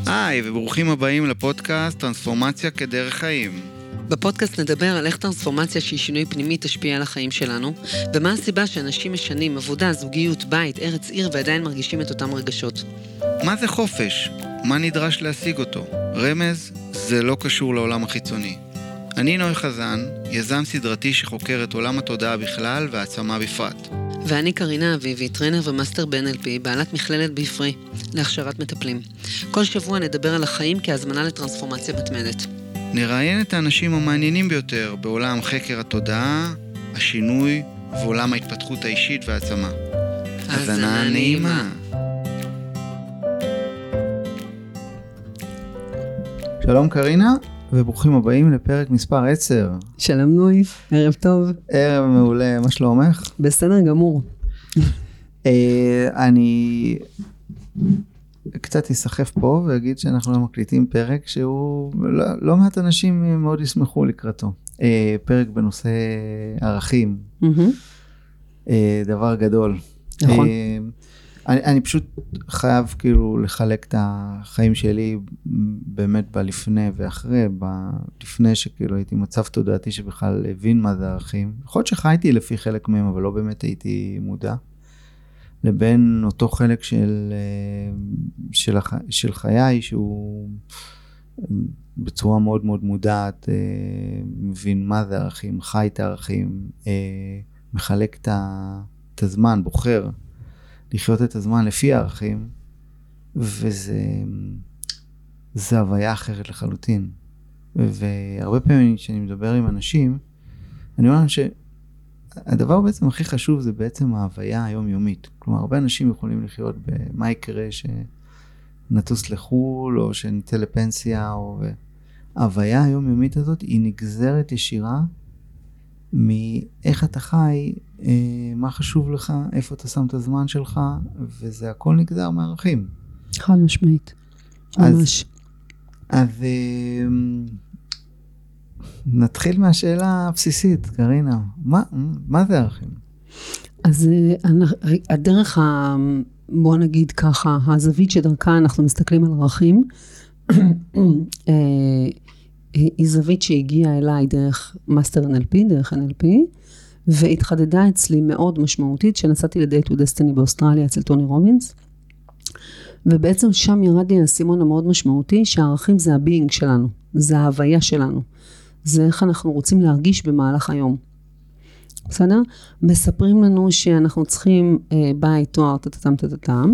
היי, וברוכים הבאים לפודקאסט טרנספורמציה כדרך חיים. בפודקאסט נדבר על איך טרנספורמציה שהיא שינוי פנימי תשפיע על החיים שלנו, ומה הסיבה שאנשים משנים עבודה, זוגיות, בית, ארץ, עיר ועדיין מרגישים את אותם רגשות. מה זה חופש? מה נדרש להשיג אותו? רמז, זה לא קשור לעולם החיצוני. אני נוי חזן, יזם סדרתי שחוקר את עולם התודעה בכלל והעצמה בפרט. ואני קרינה אביבי, טרנר ומאסטר ב-NLP, בעלת מכללת ביפרי, להכשרת מטפלים. כל שבוע נדבר על החיים כהזמנה לטרנספורמציה מתמדת. נראיין את האנשים המעניינים ביותר בעולם חקר התודעה, השינוי ועולם ההתפתחות האישית והעצמה. האזנה נעימה. שלום קרינה, וברוכים הבאים לפרק מספר 10. שלום נוי, ערב טוב. ערב מעולה, מה שלומך? בסדר גמור. אני קצת אסחף פה ואגיד שאנחנו מקליטים פרק שהוא לא מעט אנשים מאוד ישמחו לקראתו. פרק בנושא ערכים. דבר גדול. נכון. אני פשוט חייב כאילו לחלק את החיים שלי באמת בלפני ואחרי, לפני שכאילו הייתי מצב תודעתי שבכלל הבין מה זה ערכים. יכול להיות שחייתי לפי חלק מהם, אבל לא באמת הייתי מודע. לבין אותו חלק של חיי, שהוא בצורה מאוד מאוד מודעת, מבין מה זה ערכים, חי את הערכים, מחלק את הזמן, בוחר לחיות את הזמן לפי הערכים, וזה הוויה אחרת לחלוטין. והרבה פעמים כשאני מדבר עם אנשים, אני אומר שהדבר בעצם הכי חשוב זה בעצם ההוויה היומיומית. כלומר, הרבה אנשים יכולים לחיות במה יקרה שנטוס לחול, או שנצא לפנסיה, ההוויה היומיומית הזאת היא נגזרת ישירה מאיך אתה חי, מה חשוב לך, איפה אתה שם את הזמן שלך, וזה הכל נגזר מערכים. חד משמעית. ממש. אז נתחיל מהשאלה הבסיסית, קרינה. מה זה ערכים? אז הדרך, בוא נגיד ככה, הזווית שדרכה אנחנו מסתכלים על ערכים, היא זווית שהגיעה אליי דרך מאסטר NLP, דרך NLP, והתחדדה אצלי מאוד משמעותית, שנסעתי ל-Day to Destiny באוסטרליה אצל טוני רובינס, ובעצם שם ירד לי הסימון המאוד משמעותי, שהערכים זה הביינג שלנו, זה ההוויה שלנו, זה איך אנחנו רוצים להרגיש במהלך היום. בסדר? מספרים לנו שאנחנו צריכים בית, תואר, תתם,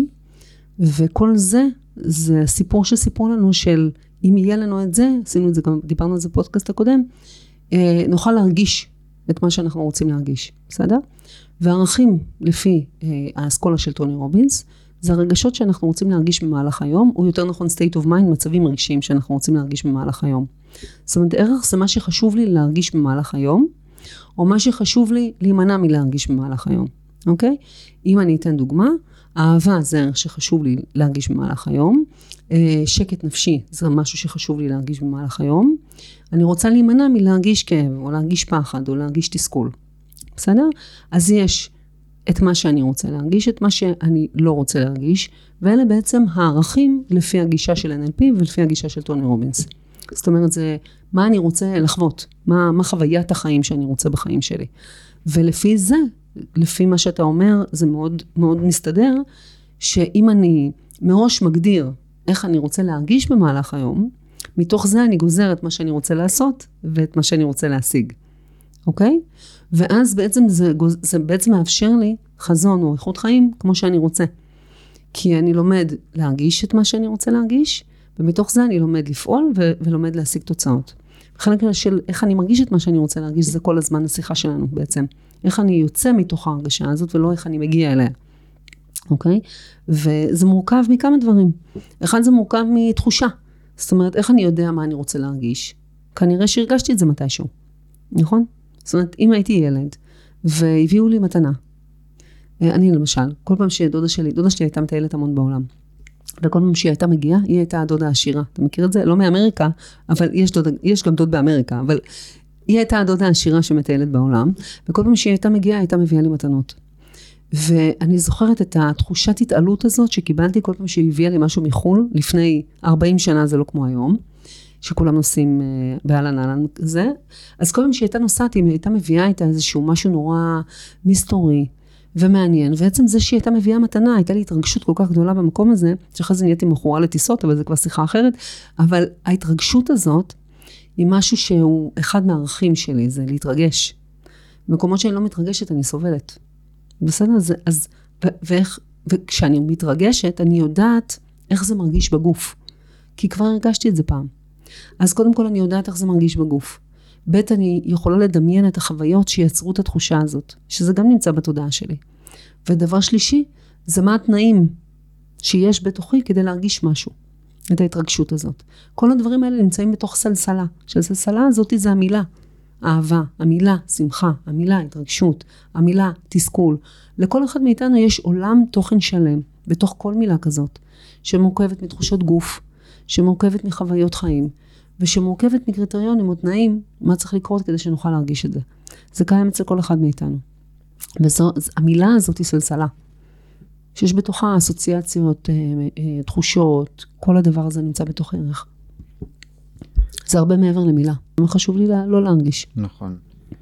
וכל זה, זה הסיפור שסיפרו לנו של אם יהיה לנו את זה, עשינו את זה גם, דיברנו על זה בפודקאסט הקודם, נוכל להרגיש את מה שאנחנו רוצים להרגיש, בסדר? והערכים לפי האסכולה של טוני רובינס, זה הרגשות שאנחנו רוצים להרגיש במהלך היום, או יותר נכון state of mind, מצבים רגשיים שאנחנו רוצים להרגיש במהלך היום. זאת אומרת, ערך זה מה שחשוב לי להרגיש במהלך היום, או מה שחשוב לי להימנע מלהרגיש במהלך היום, אוקיי? אם אני אתן דוגמה, אהבה זה ערך שחשוב לי להרגיש במהלך היום, שקט נפשי זה משהו שחשוב לי להרגיש במהלך היום, אני רוצה להימנע מלהרגיש כאב, או להרגיש פחד, או להרגיש תסכול, בסדר? אז יש את מה שאני רוצה להרגיש, את מה שאני לא רוצה להרגיש, ואלה בעצם הערכים לפי הגישה של NLP ולפי הגישה של טוני רובינס. זאת אומרת, זה מה אני רוצה לחוות, מה חוויית החיים שאני רוצה בחיים שלי. ולפי זה, לפי מה שאתה אומר, זה מאוד מאוד מסתדר, שאם אני מראש מגדיר איך אני רוצה להרגיש במהלך היום, מתוך זה אני גוזר את מה שאני רוצה לעשות, ואת מה שאני רוצה להשיג. אוקיי? ואז בעצם זה בעצם מאפשר לי חזון או איכות חיים כמו שאני רוצה. כי אני לומד להרגיש את מה שאני רוצה להרגיש, ומתוך זה אני לומד לפעול ולומד להשיג תוצאות. חלק של איך אני מרגיש את מה שאני רוצה להרגיש, זה כל הזמן השיחה שלנו בעצם. איך אני יוצא מתוך ההרגשה הזאת, ולא איך אני מגיע אליה. אוקיי? וזה מורכב מכמה דברים. אחד זה מורכב מתחושה. זאת אומרת, איך אני יודע מה אני רוצה להרגיש? כנראה שהרגשתי את זה מתישהו. נכון? זאת אומרת, אם הייתי ילד, והביאו לי מתנה, אני למשל, כל פעם דודה שלי הייתה מטיילת המון בעולם. וכל פעם שהיא הייתה מגיעה, היא הייתה הדודה העשירה. אתה מכיר את זה? לא מאמריקה, אבל יש גם דוד באמריקה, אבל היא הייתה הדודה העשירה שמטיילת בעולם, וכל פעם שהיא הייתה מגיעה, הייתה מביאה לי מתנות. ואני זוכרת את התחושת התעלות הזאת שקיבלתי כל פעם שהביאה לי משהו מחול, לפני 40 שנה זה לא כמו היום, שכולם נוסעים באלן אלן כזה, אז כל פעם שהיא הייתה נוסעת, היא הייתה מביאה איתה איזשהו משהו נורא מסתורי ומעניין, ועצם זה שהיא הייתה מביאה מתנה, הייתה לי התרגשות כל כך גדולה במקום הזה, שאחרי זה נהייתי מכורה לטיסות, אבל זה כבר שיחה אחרת, אבל ההתרגשות הזאת היא משהו שהוא אחד מהערכים שלי, זה להתרגש. במקומות שאני לא מתרגשת, אני סובלת. בסדר? וכשאני מתרגשת, אני יודעת איך זה מרגיש בגוף. כי כבר הרגשתי את זה פעם. אז קודם כל אני יודעת איך זה מרגיש בגוף. ב' אני יכולה לדמיין את החוויות שיצרו את התחושה הזאת, שזה גם נמצא בתודעה שלי. ודבר שלישי, זה מה התנאים שיש בתוכי כדי להרגיש משהו, את ההתרגשות הזאת. כל הדברים האלה נמצאים בתוך סלסלה, שהסלסלה הזאת זה המילה, אהבה, המילה שמחה, המילה התרגשות, המילה תסכול. לכל אחד מאיתנו יש עולם תוכן שלם, בתוך כל מילה כזאת, שמורכבת מתחושות גוף, שמורכבת מחוויות חיים, ושמורכבת מקריטריונים או תנאים, מה צריך לקרות כדי שנוכל להרגיש את זה. זה קיים אצל כל אחד מאיתנו. המילה הזאת היא סלסלה, שיש בתוכה אסוציאציות, תחושות, כל הדבר הזה נמצא בתוך ערך. זה הרבה מעבר למילה. חשוב לי לא להרגיש. נכון.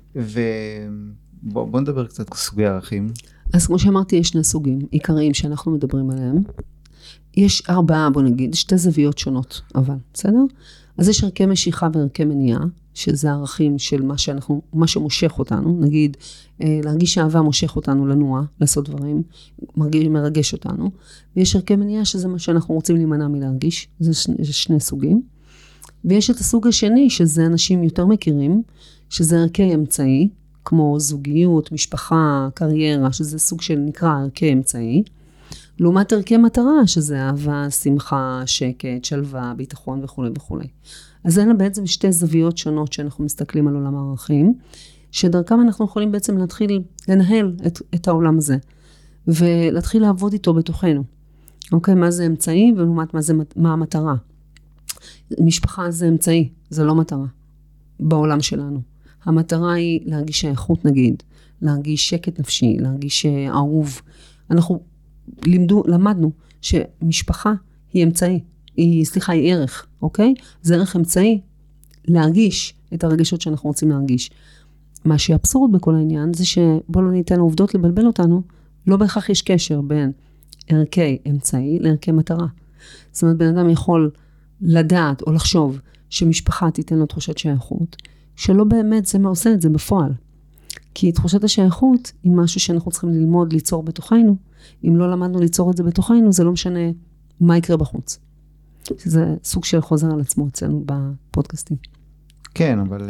ובוא נדבר קצת על סוגי ערכים. אז כמו שאמרתי, יש שני סוגים עיקריים שאנחנו מדברים עליהם. יש 4, בוא נגיד, 2 זוויות שונות, אבל, בסדר? אז יש ערכי משיכה וערכי מניעה, שזה הערכים של מה שמושך אותנו, נגיד, להרגיש אהבה מושך אותנו לנוע, לעשות דברים, מרגש אותנו, ויש ערכי מניעה שזה מה שאנחנו רוצים להימנע מלהרגיש, זה 2 סוגים, ויש את הסוג השני, שזה אנשים יותר מכירים, שזה ערכי אמצעי, כמו זוגיות, משפחה, קריירה, שזה סוג של נקרא ערכי אמצעי, לעומת ערכי מטרה, שזה אהבה, שמחה, שקט, שלווה, ביטחון וכו' וכו'. אז אלה בעצם 2 זוויות שונות שאנחנו מסתכלים על עולם הערכים, שדרכם אנחנו יכולים בעצם להתחיל לנהל את העולם הזה, ולהתחיל לעבוד איתו בתוכנו. אוקיי, מה זה אמצעי ולעומת מה המטרה. משפחה זה אמצעי, זה לא מטרה, בעולם שלנו. המטרה היא להרגיש שייכות נגיד, להרגיש שקט נפשי, להרגיש אהוב. אנחנו למדנו שמשפחה היא אמצעי, היא ערך, אוקיי? זה ערך אמצעי להרגיש את הרגשות שאנחנו רוצים להרגיש. מה שאבסורד בכל העניין זה שבוא לא ניתן לעובדות לבלבל אותנו, לא בהכרח יש קשר בין ערכי אמצעי לערכי מטרה. זאת אומרת, בן אדם יכול לדעת או לחשוב שמשפחה תיתן לו תחושת שייכות, שלא באמת זה מה עושה את זה בפועל. כי תחושת השייכות היא משהו שאנחנו צריכים ללמוד ליצור בתוכנו. אם לא למדנו ליצור את זה בתוכנו, זה לא משנה מה יקרה בחוץ. שזה סוג של חוזר על עצמו אצלנו בפודקאסטים. כן, אבל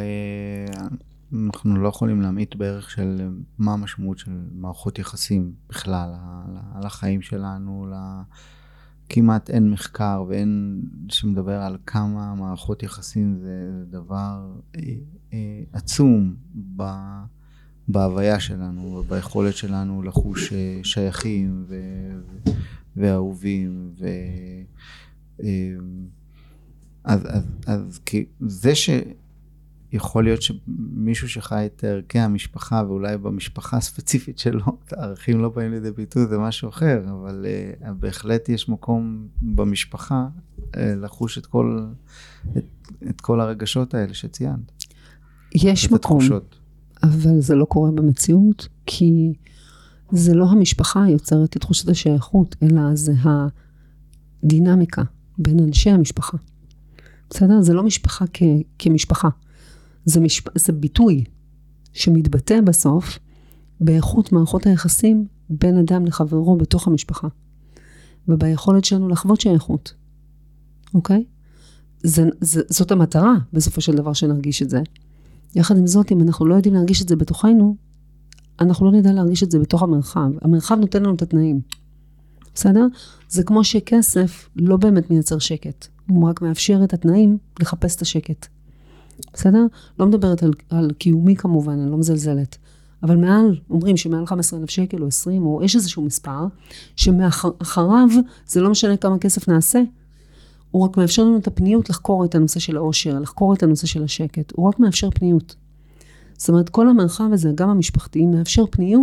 אנחנו לא יכולים להמעיט בערך של מה המשמעות של מערכות יחסים בכלל, על החיים שלנו, כמעט אין מחקר ואין שמדבר על כמה מערכות יחסים, זה דבר עצום בהוויה שלנו, ביכולת שלנו לחוש שייכים ואהובים, אז זה שיכול להיות שמישהו שחי את ערכי המשפחה, ואולי במשפחה הספציפית שלו, הערכים לא באים לידי ביטוי, זה משהו אחר, אבל בהחלט יש מקום במשפחה לחוש את כל הרגשות האלה שציינת. יש מקום, אבל זה לא קורה במציאות, כי זה לא המשפחה יוצרת את תחושת השייכות, אלא זה הדינמיקה בין אנשי המשפחה. בסדר? זה לא משפחה כמשפחה. זה ביטוי שמתבטא בסוף באיכות מערכות היחסים בין אדם לחברו בתוך וביכולת שלנו לחוות שייכות. אוקיי? זאת המטרה בסופו של דבר שנרגיש את זה. יחד עם זאת, אם אנחנו לא יודעים להרגיש את זה בתוכנו, אנחנו לא נדע להרגיש את זה בתוך המרחב. המרחב נותן לנו את התנאים. בסדר? זה כמו שכסף לא באמת מייצר שקט. הוא רק מאפשר את התנאים לחפש את השקט. בסדר? לא מדברת על קיומי כמובן, אני לא מזלזלת. אבל אומרים שמעל 15,000 שקל או 20, או יש איזשהו מספר, שמאחריו זה לא משנה כמה כסף נעשה, הוא רק מאפשר לנו את הפניות לחקור את הנושא של העושר, לחקור את הנושא של השקט. הוא רק מאפשר פניות. זאת אומרת, כל המרחב הזה, גם המשפחתי, מאפשר פניות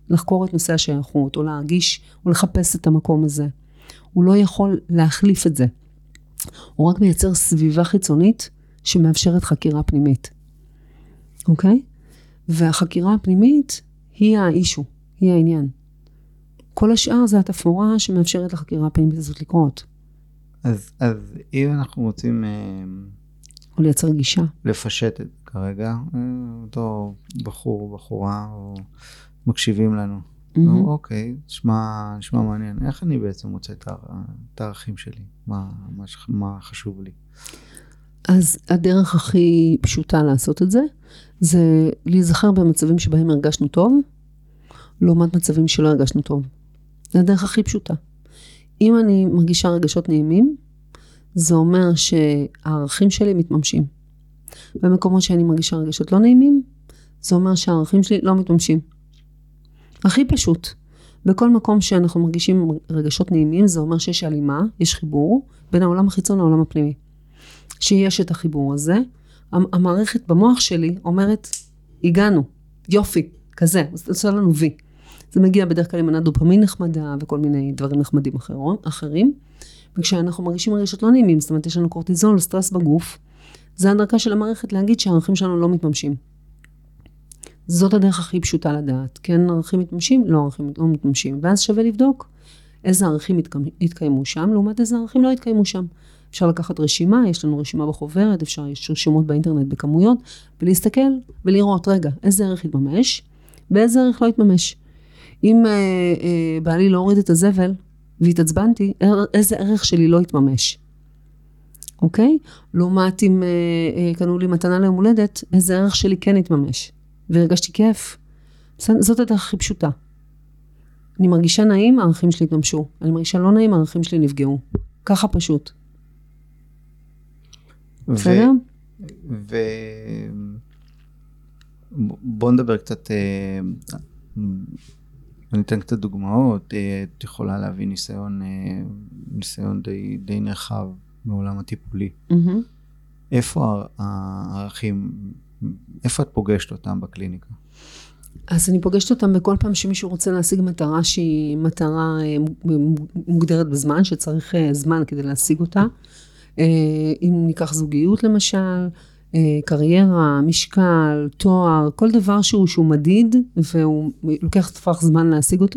לחקור את נושא השייכות, או להרגיש, או לחפש את המקום הזה. הוא לא יכול להחליף את זה. הוא רק מייצר סביבה חיצונית שמאפשרת חקירה פנימית. אוקיי? והחקירה הפנימית היא האישו, היא העניין. כל השאר זה התפאורה שמאפשרת לחקירה הפנימית הזאת לקרות. אז אם אנחנו רוצים או לייצר גישה. לפשט את כרגע, אותו בחור, בחורה, או מקשיבים לנו. אוקיי, נשמע מעניין. איך אני בעצם מוצא את הערכים שלי? מה חשוב לי? אז הדרך הכי פשוטה לעשות את זה, זה להיזכר במצבים שבהם הרגשנו טוב, לעומת מצבים שלא הרגשנו טוב. זה הדרך הכי פשוטה. אם אני מרגישה רגשות נעימים, זה אומר שהערכים שלי מתממשים. במקומות שאני מרגישה רגשות לא נעימים, זה אומר שהערכים שלי לא מתממשים. הכי פשוט. בכל מקום שאנחנו מרגישים רגשות נעימים, זה אומר שיש הלימה, יש חיבור, בין העולם החיצון לעולם הפנימי. שיש את החיבור הזה, המערכת במוח שלי אומרת, הגענו, יופי, כזה, זה עושה לנו וי. זה מגיע בדרך כלל עם מנת דופמין נחמדה, וכל מיני דברים נחמדים אחרים. וכשאנחנו מרגישים רגשות לא נעימים, זאת אומרת, יש לנו קורטיזול, סטרס בגוף, זה הדרכה של המערכת להגיד שהערכים שלנו לא מתממשים. זאת הדרך הכי פשוטה לדעת. כן, ערכים מתממשים, לא ערכים לא מתממשים. ואז שווה לבדוק איזה ערכים התקיימו שם, לעומת איזה ערכים לא התקיימו שם. אפשר לקחת רשימה, יש לנו רשימה בחוברת, יש רשימות באינטרנט בכמויות, ולהסתכל ולראות, רגע, איזה ערך התממש, ואיזה ערך לא התממש. אם בא לי להוריד את הזבל, והתעצבנתי, איזה ערך שלי לא התממש. אוקיי? לעומת אם קנו לי מתנה ליום הולדת, איזה ערך שלי כן התממש. והרגשתי כיף. זאת הדרך הכי פשוטה. אני מרגישה נעים, הערכים שלי התממשו. אני מרגישה לא נעים, הערכים שלי נפגעו. ככה פשוט. בסדר? בוא נדבר קצת, אני אתן קצת דוגמאות. את יכולה להביא ניסיון די נרחב מעולם הטיפולי. איפה הערכים, איפה את פוגשת אותם בקליניקה? אז אני פוגשת אותם בכל פעם שמישהו רוצה להשיג מטרה שהיא מטרה מוגדרת בזמן, שצריך זמן כדי להשיג אותה. אם ניקח זוגיות למשל, קריירה, משקל, תואר, כל דבר שהוא מדיד והוא לוקח טווח זמן להשיג אותו.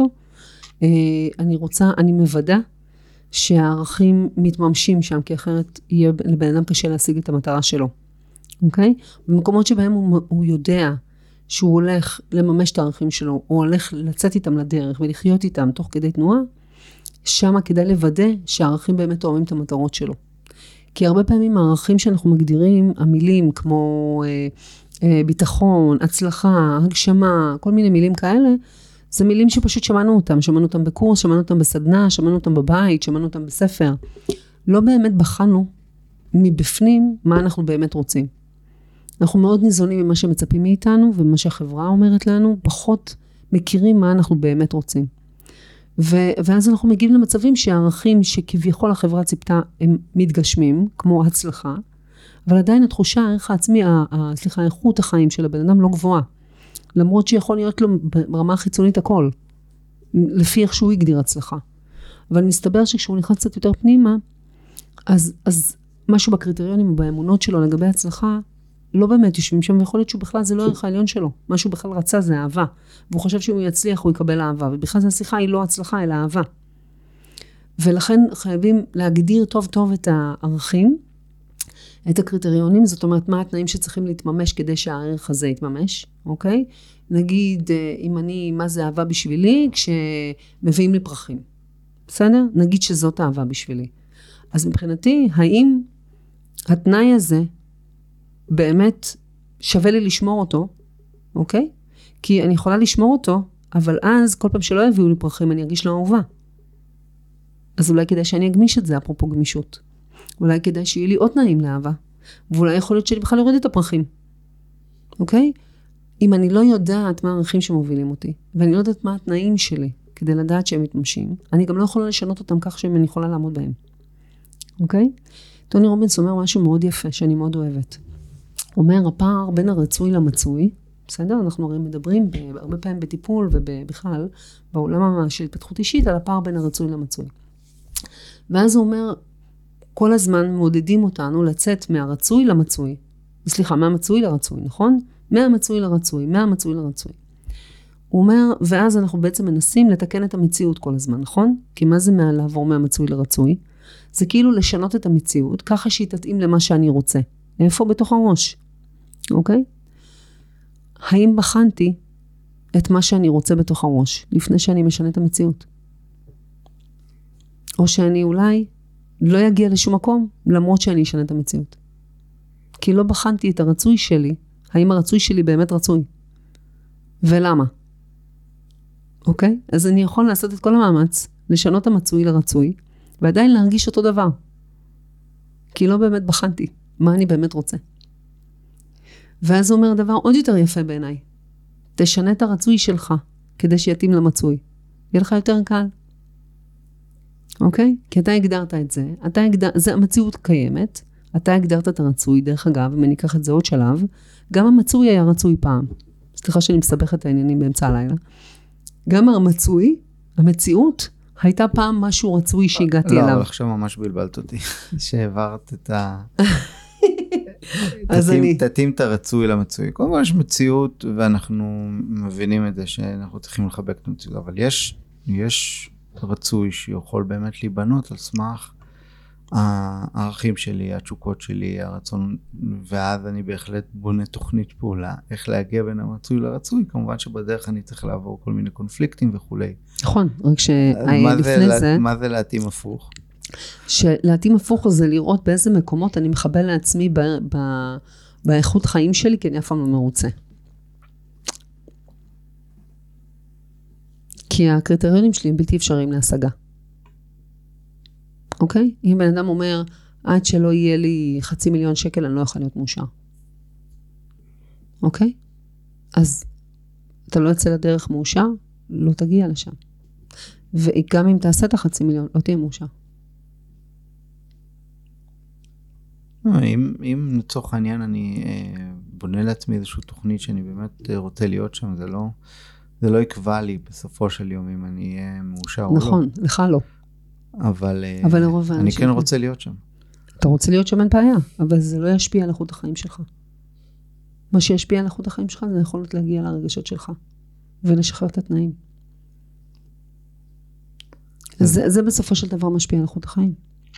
אני מוודא שהערכים מתממשים שם, כי אחרת יהיה לבן אדם קשה להשיג את המטרה שלו. אוקיי? במקומות שבהם הוא יודע שהוא הולך לממש את הערכים שלו, הוא הולך לצאת איתם לדרך ולחיות איתם תוך כדי תנועה, שם כדאי לוודא שהערכים באמת תואמים את המטרות שלו. כי הרבה פעמים הערכים שאנחנו מגדירים, המילים כמו ביטחון, הצלחה, הגשמה, כל מיני מילים כאלה, זה מילים שפשוט שמענו אותם בקורס, שמענו אותם בסדנה, שמענו אותם בבית, שמענו אותם בספר. לא באמת בחנו מבפנים מה אנחנו באמת רוצים. אנחנו מאוד ניזונים ממה שמצפים מאיתנו, ומה שהחברה אומרת לנו, פחות מכירים מה אנחנו באמת רוצים. ואז אנחנו מגיעים למצבים שהערכים שכביכול החברה ציפתה הם מתגשמים, כמו הצלחה, אבל עדיין התחושה, הערך העצמי, איכות החיים של הבן אדם לא גבוהה. למרות שיכול להיות לו ברמה החיצונית הכל, לפי איך שהוא הגדיר הצלחה. אבל מסתבר שכשהוא נכנס קצת יותר פנימה, אז משהו בקריטריונים ובאמונות שלו לגבי הצלחה, לא באמת יושבים שם, ויכול להיות שהוא בכלל זה לא הערך העליון שלו. מה שהוא בכלל רצה זה אהבה. והוא חושב שהוא יצליח, הוא יקבל אהבה. ובכלל זה השיחה היא לא הצלחה, אלא אהבה. ולכן חייבים להגדיר טוב טוב את הערכים, את הקריטריונים, זאת אומרת, מה התנאים שצריכים להתממש כדי שהערך הזה יתממש, אוקיי? נגיד, מה זה אהבה בשבילי, כשמביאים לי פרחים. בסדר? נגיד שזאת אהבה בשבילי. אז מבחינתי, האם התנאי הזה באמת שווה לי לשמור אותו, אוקיי? כי אני יכולה לשמור אותו, אבל אז כל פעם שלא יביאו לי פרחים, אני ארגיש לא אהובה. אז אולי כדאי שאני אגמיש את זה, אפרופו גמישות. אולי כדאי שיהיה לי עוד תנאים לאהבה, ואולי יכול להיות שאני בכלל אוריד את הפרחים. אוקיי? אם אני לא יודעת מה הערכים שמובילים אותי, ואני לא יודעת מה התנאים שלי, כדי לדעת שהם מתממשים, אני גם לא יכולה לשנות אותם כך שאני יכולה לעמוד בהם. אוקיי? טוני רובינס אומר משהו מאוד יפה, שאני מאוד אוהבת. הוא אומר, הפער בין הרצוי למצוי, בסדר? אנחנו הרי מדברים הרבה פעמים בטיפול ובכלל, בעולם של התפתחות אישית, על הפער בין הרצוי למצוי. ואז הוא אומר, כל הזמן מעודדים אותנו לצאת מהרצוי למצוי. סליחה, מהמצוי לרצוי, נכון? מהמצוי לרצוי, מהמצוי לרצוי. הוא אומר, ואז אנחנו בעצם מנסים לתקן את המציאות כל הזמן, נכון? כי מה זה לעבור מהמצוי לרצוי? זה כאילו לשנות את המציאות, ככה שהיא תתאים למה שאני רוצה. איפה? בתוך הראש. אוקיי? האם בחנתי את מה שאני רוצה בתוך הראש, לפני שאני משנה את המציאות? או שאני אולי לא אגיע לשום מקום, למרות שאני אשנה את המציאות. כי לא בחנתי את הרצוי שלי, האם הרצוי שלי באמת רצוי? ולמה? אוקיי? אז אני יכול לעשות את כל המאמץ, לשנות את המצוי לרצוי, ועדיין להרגיש אותו דבר. כי לא באמת בחנתי מה אני באמת רוצה. ואז הוא אומר דבר עוד יותר יפה בעיניי. תשנה את הרצוי שלך, כדי שיתאים למצוי. יהיה לך יותר קל. אוקיי? כי אתה הגדרת את זה, זה המציאות קיימת, אתה הגדרת את הרצוי, דרך אגב, אם אני אקח את זה עוד שלב, גם המצוי היה רצוי פעם. סליחה שאני מסבך את העניינים באמצע הלילה. גם המצוי, המציאות, הייתה פעם משהו רצוי שהגעתי אליו. לא, אבל עכשיו ממש בלבלת אותי, שהעברת את תתאים את הרצוי למצוי. קודם כל יש מציאות, ואנחנו מבינים את זה שאנחנו צריכים לחבק את המציאות, אבל יש רצוי שיכול באמת להיבנות על סמך הערכים שלי, התשוקות שלי, הרצון, ואז אני בהחלט בונה תוכנית פעולה, איך להגיע בין המצוי לרצוי, כמובן שבדרך אני צריך לעבור כל מיני קונפליקטים וכולי. נכון, רק שלפני זה... מה זה להתאים הפוך? שלהתאים הפוך זה לראות באיזה מקומות אני מחבל לעצמי באיכות חיים שלי, כי אני אף פעם לא מרוצה. כי הקריטריונים שלי הם בלתי אפשריים להשגה. אוקיי? אם בן אדם אומר, עד שלא יהיה לי 500,000 שקל, אני לא יכול להיות מאושר. אוקיי? אז אתה לא יוצא לדרך מאושר, לא תגיע לשם. וגם אם תעשה את 500,000, לא תהיה מאושר. אם לצורך העניין אני בונה לעצמי איזושהי תוכנית שאני באמת רוצה להיות שם, זה לא יקבע לי בסופו של יום אם אני אהיה מאושר או לא. נכון, לך לא. אבל אני כן רוצה להיות שם. אתה רוצה להיות שם, אין בעיה, אבל זה לא ישפיע על איכות החיים שלך. מה שישפיע על איכות החיים שלך זה יכולת להגיע לרגשות שלך, ולשחרר את התנאים. זה בסופו של דבר משפיע על איכות החיים.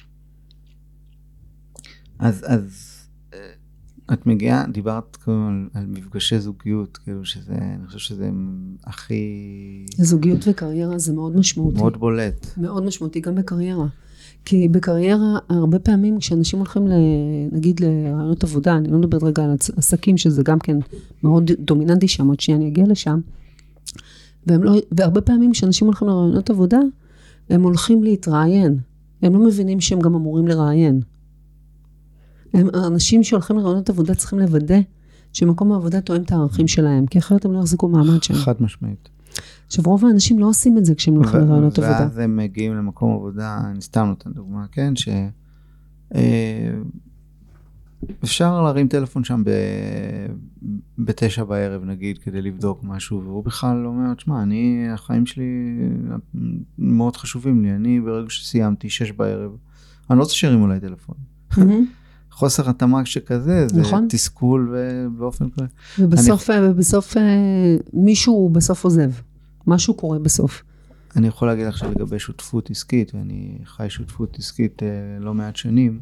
אז את מגיעה, דיברת על מפגשי זוגיות, כאילו שזה, אני חושב שזה הכי... זוגיות וקריירה זה מאוד משמעותי. מאוד בולט. מאוד משמעותי, גם בקריירה. כי בקריירה, הרבה פעמים כשאנשים הולכים, נגיד, לרעיונות עבודה, אני לא מדברת רגע על עסקים, שזה גם כן מאוד דומיננטי שם, עוד שנייה אני אגיע לשם, והרבה פעמים כשאנשים הולכים לרעיונות עבודה, הם הולכים להתראיין. הם לא מבינים שהם גם אמורים לראיין. האנשים שהולכים לרעיונות עבודה צריכים לוודא שמקום העבודה תואם את הערכים שלהם, כי אחרת הם לא יחזיקו מעמד שם. חד משמעית. עכשיו, רוב האנשים לא עושים את זה כשהם הולכים לרעיונות עבודה. ואז הם מגיעים למקום עבודה, אני סתם נותן דוגמה, כן, אפשר להרים טלפון שם ב-9 בערב, נגיד, כדי לבדוק משהו, והוא בכלל אומר, תשמע, החיים שלי מאוד חשובים לי, אני ברגע שסיימתי 6 בערב, אני לא רוצה שירים אולי טלפון. חוסר התאמה שכזה, זה נכון. תסכול ובאופן כזה. ובסוף מישהו בסוף עוזב. משהו קורה בסוף. אני יכול להגיד לך שלגבי שותפות עסקית, ואני חי שותפות עסקית לא מעט שנים,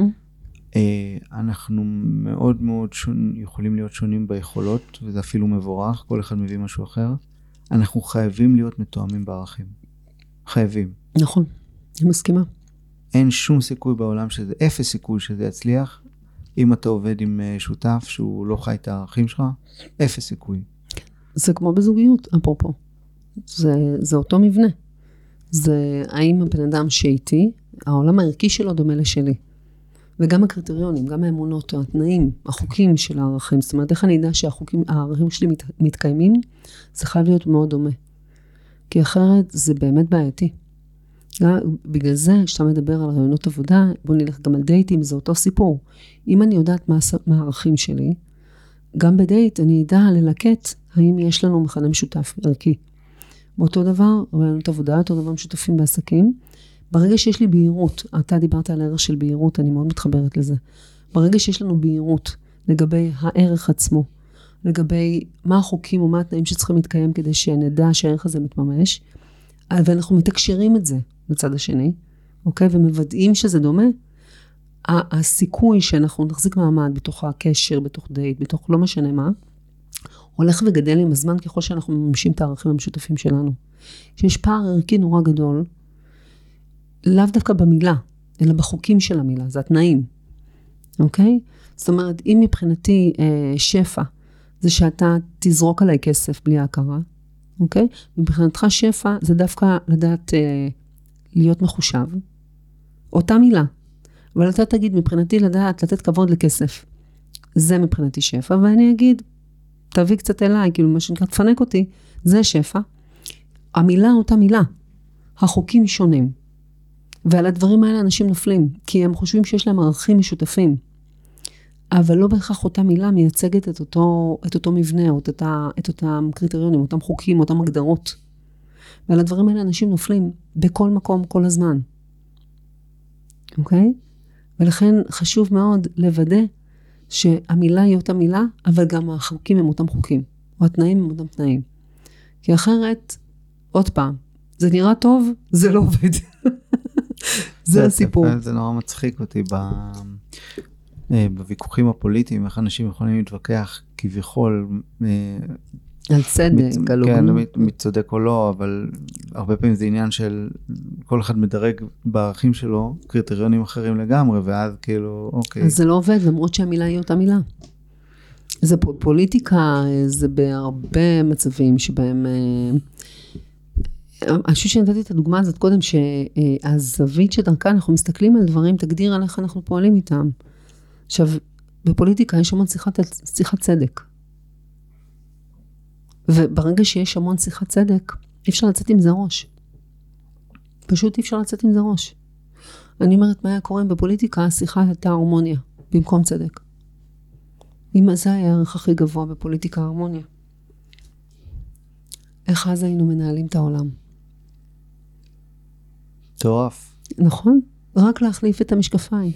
אנחנו מאוד מאוד יכולים להיות שונים ביכולות, וזה אפילו מבורך, כל אחד מביא משהו אחר. אנחנו חייבים להיות מתואמים בערכים. חייבים. נכון, אני מסכימה. אין שום סיכוי בעולם שזה, אפס סיכוי שזה יצליח, אם אתה עובד עם שותף שהוא לא חי את הערכים שלך, אפס סיכוי. זה כמו בזוגיות, אפרופו. זה אותו מבנה. זה האם הבן אדם שאיתי, העולם הערכי שלו דומה לשלי. וגם הקריטריונים, גם האמונות, התנאים, החוקים של הערכים. זאת אומרת, איך אני יודע שהערכים שלי מתקיימים, זה חייב להיות מאוד דומה. כי אחרת זה באמת בעייתי. בגלל זה, כשאתה מדבר על רעיונות עבודה, בוא נלך גם על דייטים, זה אותו סיפור. אם אני יודעת מה הערכים שלי, גם בדייט אני אדע ללקט האם יש לנו מכנה משותף ערכי. באותו דבר, רעיונות עבודה, אותו דבר משותפים בעסקים. ברגע שיש לי בהירות, אתה דיברת על הערך של בהירות, אני מאוד מתחברת לזה. ברגע שיש לנו בהירות לגבי הערך עצמו, לגבי מה החוקים או מה התנאים שצריכים להתקיים כדי שנדע שהערך הזה מתממש, ואנחנו מתקשרים את זה לצד השני, אוקיי? ומוודאים שזה דומה, הסיכוי שאנחנו נחזיק מעמד בתוך הקשר, בתוך דייט, בתוך לא משנה מה, הולך וגדל עם הזמן ככל שאנחנו מממשים את הערכים המשותפים שלנו. שיש פער ערכי נורא גדול, לאו דווקא במילה, אלא בחוקים של המילה, זה התנאים. אוקיי? זאת אומרת, אם מבחינתי שפע, זה שאתה תזרוק עליי כסף בלי ההכרה, אוקיי? מבחינתך שפע, זה דווקא לדעת להיות מחושב. אותה מילה. אבל אתה תגיד, מבחינתי לדעת לתת כבוד לכסף. זה מבחינתי שפע, ואני אגיד, תביא קצת אליי, כאילו מה שנקרא, תפנק אותי, זה שפע. המילה אותה מילה. החוקים שונים. ועל הדברים האלה אנשים נופלים, כי הם חושבים שיש להם ערכים משותפים. אבל לא בהכרח אותה מילה מייצגת את אותו מבנה, או את אותם קריטריונים, אותם חוקים, אותם הגדרות. ועל הדברים האלה אנשים נופלים בכל מקום, כל הזמן. אוקיי? ולכן חשוב מאוד לוודא שהמילה היא אותה מילה, אבל גם החוקים הם אותם חוקים, או התנאים הם אותם תנאים. כי אחרת, עוד פעם, זה נראה טוב, זה לא עובד. זה הסיפור. זה נורא מצחיק אותי בוויכוחים הפוליטיים, איך אנשים יכולים להתווכח כביכול על צדק, על הוגנות. כן, מצודק או לא, אבל הרבה פעמים זה עניין של כל אחד מדרג בערכים שלו קריטריונים אחרים לגמרי, ואז כאילו, אוקיי. אז זה לא עובד, למרות שהמילה היא אותה מילה. זה פוליטיקה, זה בהרבה מצבים שבהם, אני חושב שנתתי את הדוגמה הזאת קודם, שהזווית שדרכה אנחנו מסתכלים על דברים, תגדיר על איך אנחנו פועלים איתם. עכשיו, בפוליטיקה יש המון שיחת צדק. וברגע שיש המון שיחת צדק, אי אפשר לצאת עם זה ראש. פשוט אי אפשר לצאת עם זה ראש. אני אומרת, מה היה קורה בפוליטיקה? השיחה הייתה הרמוניה, במקום צדק. אם זה היה הערך הכי גבוה בפוליטיקה, הרמוניה. איך אז היינו מנהלים את העולם? טורף. נכון? רק להחליף את המשקפיים.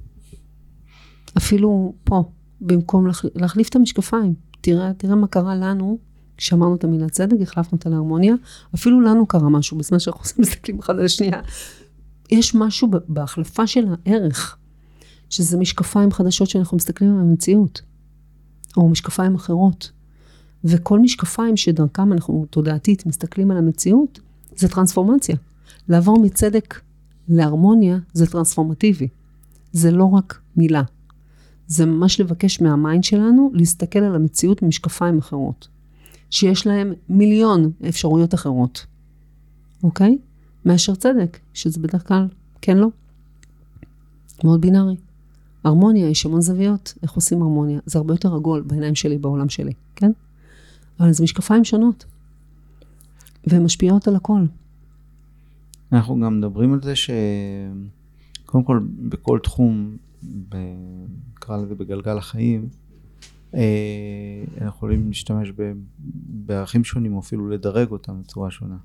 אפילו פה, במקום להחליף את המשקפיים. תראה מה קרה לנו, כשאמרנו את המילה צדק, החלפנו אותה להרמוניה, אפילו לנו קרה משהו, בזמן שאנחנו מסתכלים אחד על השנייה. יש משהו בהחלפה של הערך, שזה משקפיים חדשות שאנחנו מסתכלים על המציאות, או משקפיים אחרות. וכל משקפיים שדרכם אנחנו תודעתית מסתכלים על המציאות, זה טרנספורמציה. לעבור מצדק להרמוניה זה טרנספורמטיבי. זה לא רק מילה. זה ממש לבקש מהמיינד שלנו להסתכל על המציאות במשקפיים אחרות. שיש להם מיליון אפשרויות אחרות. אוקיי? מאשר צדק, שזה בדרך כלל כן לא. מאוד בינארי. הרמוניה, יש המון זוויות. איך עושים הרמוניה? זה הרבה יותר עגול בעיניים שלי, בעולם שלי. כן? אבל זה משקפיים שונות. והן משפיעות על הכל. אנחנו גם מדברים על זה שקודם כל בכל תחום, נקרא לזה בגלגל החיים, אנחנו יכולים להשתמש בערכים שונים, או אפילו לדרג אותם בצורה שונה.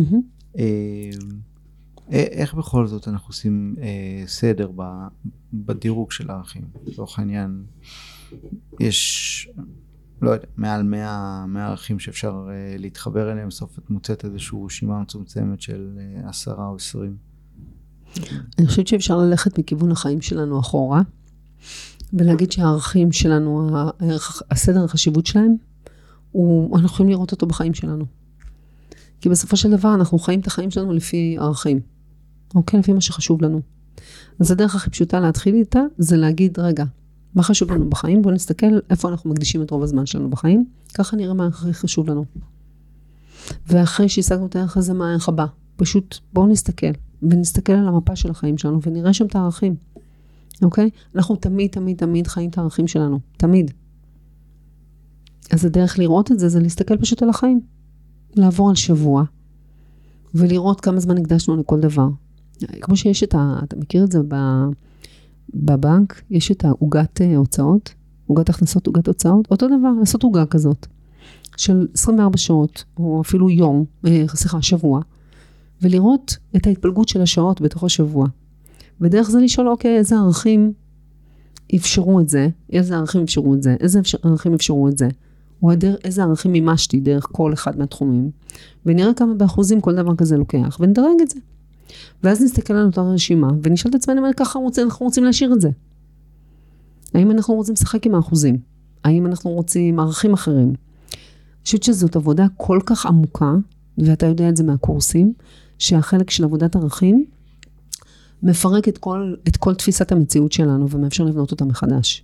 איך בכל זאת אנחנו עושים סדר בדירוג של הערכים? בתוך העניין, יש, לא יודע, מעל 100 ערכים שאפשר להתחבר אליהם, בסוף את מוצאת איזושהי רשימה מצומצמת של 10 או 20. אני חושבת שאפשר ללכת מכיוון החיים שלנו אחורה, ולהגיד שהערכים שלנו, הסדר החשיבות שלהם, אנחנו יכולים לראות אותו בחיים שלנו. כי בסופו של דבר אנחנו חיים את החיים שלנו לפי ערכים. אוקיי? לפי מה שחשוב לנו. אז הדרך הכי פשוטה להתחיל איתה, זה להגיד, רגע, מה חשוב לנו בחיים? בואו נסתכל איפה אנחנו מקדישים את רוב הזמן שלנו בחיים. ככה נראה מה הכי חשוב לנו. ואחרי שהשגנו את הערך הזה, מה הערך הבא? פשוט בואו נסתכל, ונסתכל על המפה של החיים שלנו, ונראה שם את הערכים. אוקיי? אנחנו תמיד חיים את הערכים שלנו. תמיד. אז הדרך לראות את זה, זה להסתכל פשוט על החיים. לעבור על שבוע, ולראות כמה זמן הקדשנו לכל דבר. כמו שיש אתה מכיר את זה בבנק, יש את העוגת הוצאות, עוגת הכנסות, עוגת הוצאות, אותו דבר, לעשות עוגה כזאת, של 24 שעות, או אפילו יום, שבוע, ולראות את ההתפלגות של השעות בתוך השבוע. ודרך זה לשאול, אוקיי, איזה ערכים אפשרו את זה, איזה ערכים אפשרו את זה, איזה ערכים אפשרו את זה, או איזה ערכים מימשתי דרך כל אחד מהתחומים, ונראה כמה באחוזים כל דבר כזה לוקח, ונדרג את זה. ואז נסתכל על אותה רשימה, ונשאל את עצמנו, ככה אנחנו רוצים להשאיר את זה. האם אנחנו רוצים לשחק עם האחוזים? האם אנחנו רוצים ערכים אחרים? אני חושבת שזאת עבודה כל כך עמוקה, ואתה יודע את זה מהקורסים, שהחלק של עבודת ערכים, מפרק את כל תפיסת המציאות שלנו, ומאפשר לבנות אותה מחדש.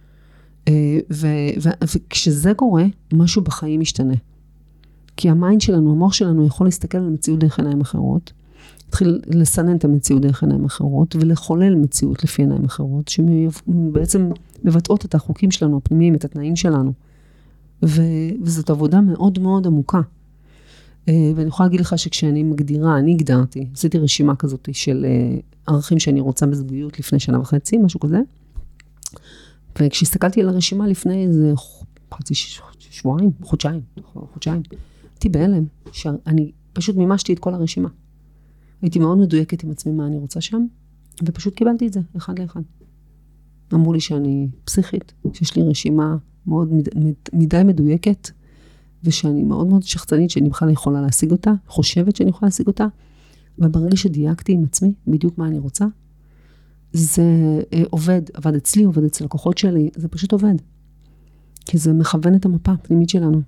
וכשזה קורה, משהו בחיים משתנה. כי המיינד שלנו, המוח שלנו, יכול להסתכל על המציאות דרך עיניים אחרות, התחיל לסנן את המציאות דרך עיניים אחרות, ולחולל מציאות לפי עיניים אחרות, שבעצם מבטאות את החוקים שלנו, הפנימיים, את התנאים שלנו. וזאת עבודה מאוד מאוד עמוקה. ואני יכולה להגיד לך שכשאני מגדירה, אני הגדרתי, עשיתי רשימה כזאת של ערכים שאני רוצה בזוגיות לפני 1.5 שנה, משהו כזה. וכשהסתכלתי על הרשימה לפני איזה חודשיים, הייתי בהלם, שאני פשוט מימשתי את כל הרשימה. הייתי מאוד מדויקת עם עצמי מה אני רוצה שם, ופשוט קיבלתי את זה, אחד לאחד. אמרו לי שאני פסיכית, שיש לי רשימה מאוד מדי מדויקת, ושאני מאוד מאוד שחצנית, שאני בכלל יכולה להשיג אותה, חושבת שאני יכולה להשיג אותה, וברגע שדייקתי עם עצמי, בדיוק מה אני רוצה, זה עובד אצלי, עובד אצל לקוחות שלי, זה פשוט עובד. כי זה מכוון את המפה הפנימית שלנו.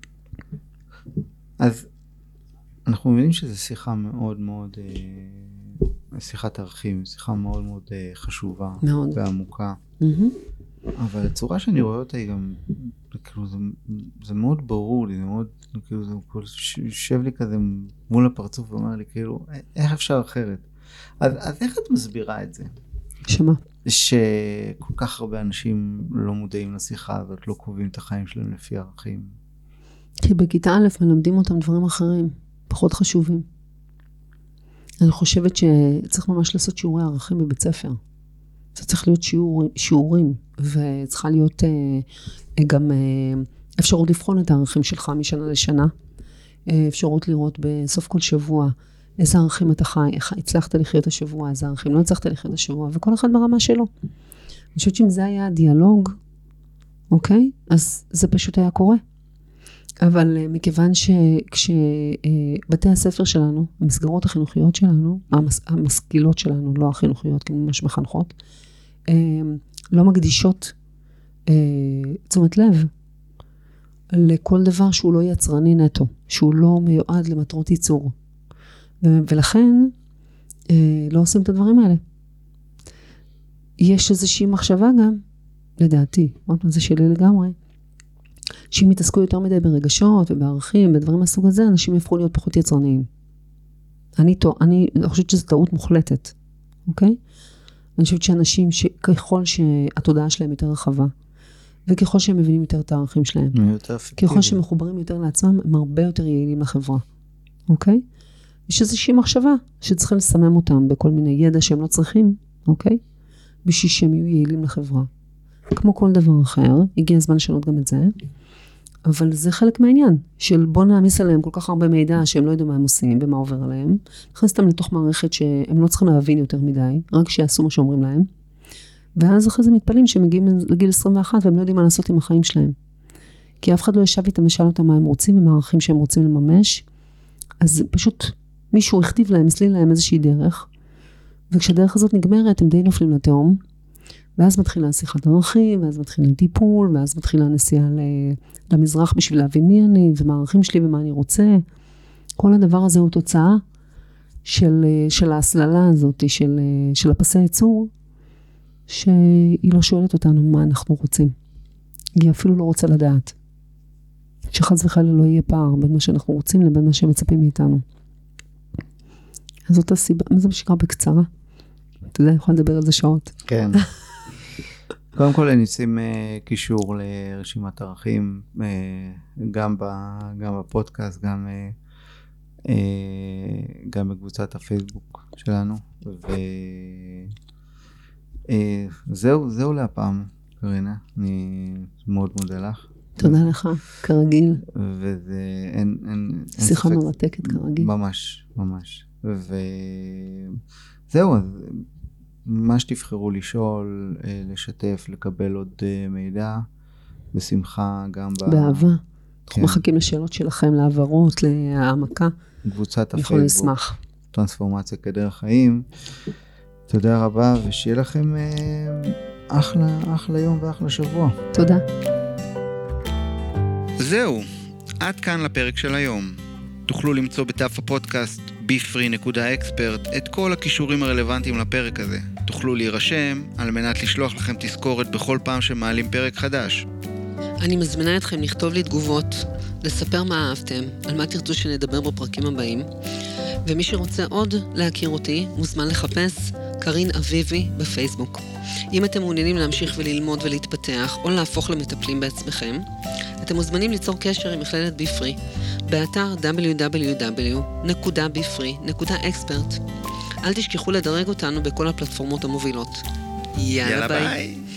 אז אנחנו מבינים שזו שיחה מאוד מאוד, שיחת ערכים, שיחה מאוד מאוד חשובה מאוד. ועמוקה. אבל הצורה שאני רואה אותה היא גם, כאילו זה מאוד ברור לי, זה מאוד, כאילו זה יושב לי כזה מול הפרצוף ואומר לי, כאילו, איך אפשר אחרת? אז איך את מסבירה את זה? שמה? שכל כך הרבה אנשים לא מודעים לשיחה הזאת, לא קובעים את החיים שלהם לפי ערכים. כי בכיתה א' מלמדים אותם דברים אחרים, פחות חשובים. אני חושבת שצריך ממש לעשות שיעורי ערכים בבית ספר. זה צריך להיות שיעורים, וצריכה להיות גם אפשרות לבחון את הערכים שלך משנה לשנה, אפשרות לראות בסוף כל שבוע, איזה ערכים אתה חי, איך הצלחת לחיות השבוע, איזה ערכים לא הצלחת לחיות השבוע, וכל אחד ברמה שלו. אני חושבת שאם זה היה הדיאלוג, אוקיי? אז זה פשוט היה קורה. אבל מכיוון שכשבתי הספר שלנו, המסגרות החינוכיות שלנו, המשכילות שלנו, לא החינוכיות, כי ממש מחנכות, לא מקדישות תשומת לב לכל דבר שהוא לא יצרני נטו, שהוא לא מיועד למטרות ייצור. ולכן לא עושים את הדברים האלה. יש איזושהי מחשבה גם, לדעתי, זה שלי לגמרי, שאם יתעסקו יותר מדי ברגשות ובערכים, בדברים מהסוג הזה, אנשים יפכו להיות פחות יצרניים. אני חושבת שזו טעות מוחלטת, אוקיי? אני חושבת שאנשים שככל שהתודעה שלהם יותר רחבה, וככל שהם מבינים יותר את הערכים שלהם, ככל שהם מחוברים יותר לעצמם, הם הרבה יותר יעילים לחברה, אוקיי? יש איזושהי מחשבה שצריכים לסמם אותם בכל מיני ידע שהם לא צריכים, אוקיי? בשביל שהם יהיו יעילים לחברה. כמו כל דבר אחר, הגיע הזמן לשנות גם את זה, אבל זה חלק מהעניין, של בוא נעמיס עליהם כל כך הרבה מידע שהם לא יודעים מה הם עושים ומה עובר עליהם, נכנס אותם לתוך מערכת שהם לא צריכים להבין יותר מדי, רק שיעשו מה שאומרים להם, ואז אחרי זה מתפלים שהם מגיעים לגיל 21 והם לא יודעים מה לעשות עם החיים שלהם. כי אף אחד לא ישב איתם ושאל אותם מה הם רוצים ומה הערכים שהם רוצים לממש, אז פשוט מישהו הכתיב להם, הסליל להם איזושהי דרך, וכשהדרך הזאת נגמרת הם די נופלים לתהום, ואז מתחילה שיחת ערכים, ואז מתחילה טיפול, ואז מתחילה נסיעה למזרח בשביל להבין מי אני, ומה הערכים שלי ומה אני רוצה. כל הדבר הזה הוא תוצאה של ההסללה הזאת, של הפסי ייצור, שהיא לא שואלת אותנו מה אנחנו רוצים. היא אפילו לא רוצה לדעת. שחס וחלילה לא יהיה פער בין מה שאנחנו רוצים לבין מה שמצפים מאיתנו. אז זאת הסיבה, מה זה משקרה בקצרה? אתה יודע, אני יכולה לדבר על זה שעות. כן. קודם כל אני אשים קישור לרשימת ערכים, גם בפודקאסט, גם בקבוצת הפייסבוק שלנו, וזהו להפעם. קרינה, אני מאוד מודה לך. תודה לך, כרגיל. וזה, אין שיחה ספק. מרתקת כרגיל. ממש, ממש. וזהו, אז מה שתבחרו לשאול, לשתף, לקבל עוד מידע, בשמחה גם באהבה. אנחנו מחכים לשאלות שלכם, להעברות, להעמקה. קבוצת יכול הפייסבוק, לשמח. טרנספורמציה כדרך חיים. תודה רבה, ושיהיה לכם אחלה יום ואחלה שבוע. תודה. זהו, עד כאן לפרק של היום. תוכלו למצוא בדף הפודקאסט befree.expert את כל הכישורים הרלוונטיים לפרק הזה. תוכלו להירשם על מנת לשלוח לכם תזכורת בכל פעם שמעלים פרק חדש. אני מזמינה אתכם לכתוב לי תגובות, לספר מה אהבתם, על מה תרצו שנדבר בפרקים הבאים, ומי שרוצה עוד להכיר אותי, מוזמן לחפש קרין אביבי בפייסבוק. אם אתם מעוניינים להמשיך וללמוד ולהתפתח, או להפוך למטפלים בעצמכם, אתם מוזמנים ליצור קשר עם מכללת ביפרי, באתר www.befree.expert. אל תשכחו לדרג אותנו בכל הפלטפורמות המובילות. יאללה ביי.